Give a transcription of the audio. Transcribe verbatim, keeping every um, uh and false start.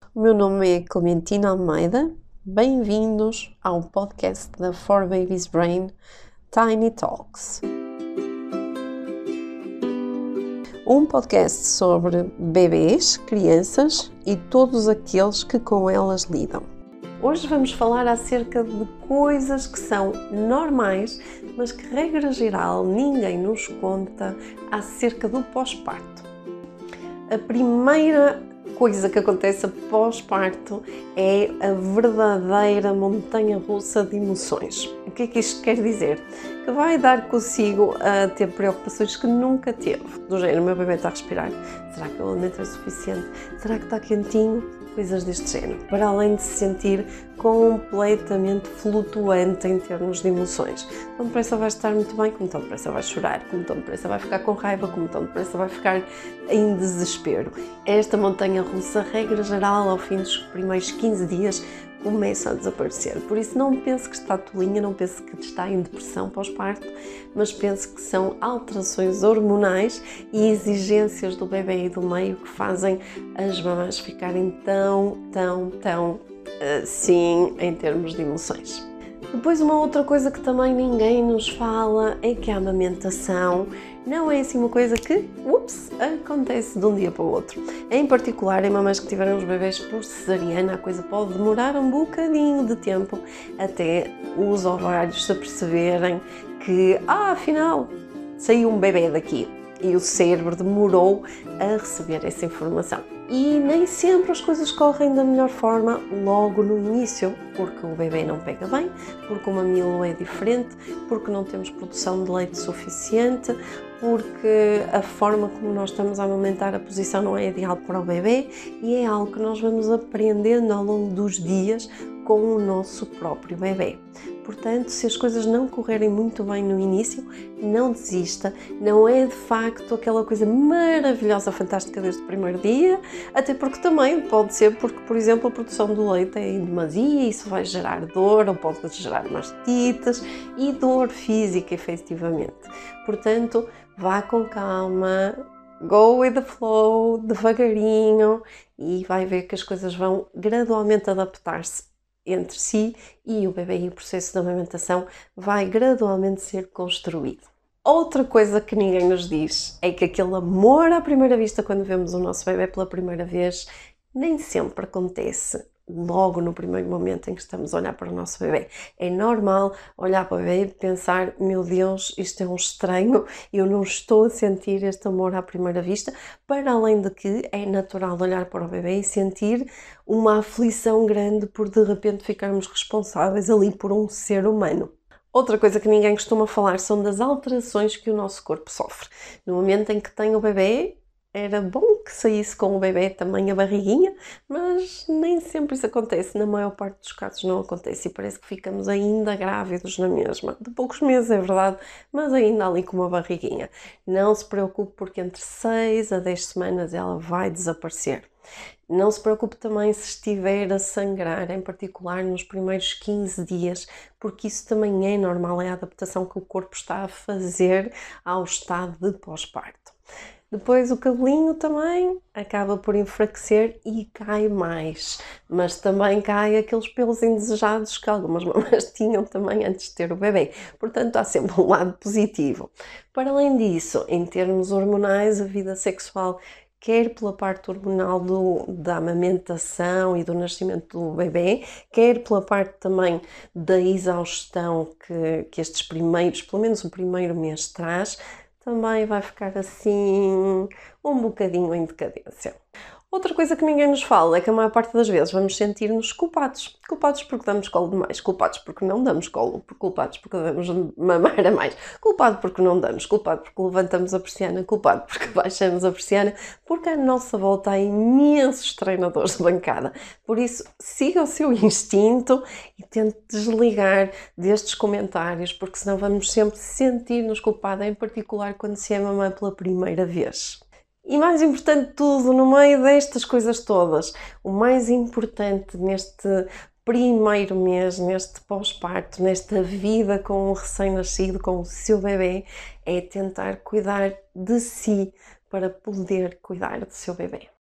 O meu nome é Clementina Almeida, bem-vindos ao podcast da For Babies Brain, Tiny Talks. Um podcast sobre bebês, crianças e todos aqueles que com elas lidam. Hoje vamos falar acerca de coisas que são normais, mas que, regra geral, ninguém nos conta acerca do pós-parto. A primeira coisa que acontece após parto é a verdadeira montanha-russa de emoções. O que é que isto quer dizer? Que vai dar consigo a ter preocupações que nunca teve. Do género, o meu bebê está a respirar? Será que o alimento é suficiente? Será que está quentinho? Coisas deste género. Para além de se sentir completamente flutuante em termos de emoções. Tão depressa vai estar muito bem, como tão depressa vai chorar, como tão depressa vai ficar com raiva, como tão depressa vai ficar em desespero. Esta montanha-russa, regra geral, ao fim dos primeiros quinze dias, começa a desaparecer. Por isso não pense que está tolinha, não pense que está em depressão pós-parto, mas pense que são alterações hormonais e exigências do bebê e do meio que fazem as mamães ficarem tão, tão, tão assim em termos de emoções. Depois, uma outra coisa que também ninguém nos fala é que a amamentação não é assim uma coisa que, ups, acontece de um dia para o outro. Em particular, em mamães que tiveram os bebês por cesariana, a coisa pode demorar um bocadinho de tempo até os ovários se aperceberem que, ah, afinal, saiu um bebê daqui. E o cérebro demorou a receber essa informação. E nem sempre as coisas correm da melhor forma logo no início, porque o bebê não pega bem, porque o mamilo é diferente, porque não temos produção de leite suficiente, porque a forma como nós estamos a amamentar, a posição não é ideal para o bebê e é algo que nós vamos aprendendo ao longo dos dias com o nosso próprio bebê. Portanto, se as coisas não correrem muito bem no início, não desista, não é de facto aquela coisa maravilhosa, fantástica desde o primeiro dia, até porque também pode ser porque, por exemplo, a produção do leite é em demasia e isso vai gerar dor ou pode gerar mastites e dor física, efetivamente. Portanto, vá com calma, go with the flow, devagarinho e vai ver que as coisas vão gradualmente adaptar-se entre si e o bebê e o processo de amamentação vai gradualmente ser construído. Outra coisa que ninguém nos diz é que aquele amor à primeira vista quando vemos o nosso bebê pela primeira vez nem sempre acontece logo no primeiro momento em que estamos a olhar para o nosso bebê. É normal olhar para o bebê e pensar, meu Deus, isto é um estranho, eu não estou a sentir este amor à primeira vista, para além de que é natural olhar para o bebê e sentir uma aflição grande por de repente ficarmos responsáveis ali por um ser humano. Outra coisa que ninguém costuma falar são das alterações que o nosso corpo sofre. No momento em que tem o bebê, era bom que saísse com o bebê também a barriguinha, mas nem sempre isso acontece, na maior parte dos casos não acontece e parece que ficamos ainda grávidos na mesma. De poucos meses, é verdade, mas ainda ali com uma barriguinha. Não se preocupe porque entre seis a dez semanas ela vai desaparecer. Não se preocupe também se estiver a sangrar, em particular nos primeiros quinze dias, porque isso também é normal, é a adaptação que o corpo está a fazer ao estado de pós-parto. Depois o cabelinho também acaba por enfraquecer e cai mais, mas também cai aqueles pelos indesejados que algumas mamães tinham também antes de ter o bebê. Portanto, há sempre um lado positivo. Para além disso, em termos hormonais, a vida sexual, quer pela parte hormonal do, da amamentação e do nascimento do bebê, quer pela parte também da exaustão que, que estes primeiros, pelo menos o primeiro mês traz, também vai ficar assim um bocadinho em decadência. Outra coisa que ninguém nos fala é que a maior parte das vezes vamos sentir-nos culpados. Culpados porque damos colo demais, culpados porque não damos colo, culpados porque devemos mamar a mais, culpado porque não damos, culpado porque levantamos a persiana, culpado porque baixamos a persiana, porque à nossa volta há imensos treinadores de bancada. Por isso, siga o seu instinto e tente desligar destes comentários, porque senão vamos sempre sentir-nos culpados, em particular quando se é mamãe pela primeira vez. E mais importante de tudo, no meio destas coisas todas, o mais importante neste primeiro mês, neste pós-parto, nesta vida com o recém-nascido, com o seu bebê, é tentar cuidar de si para poder cuidar do seu bebê.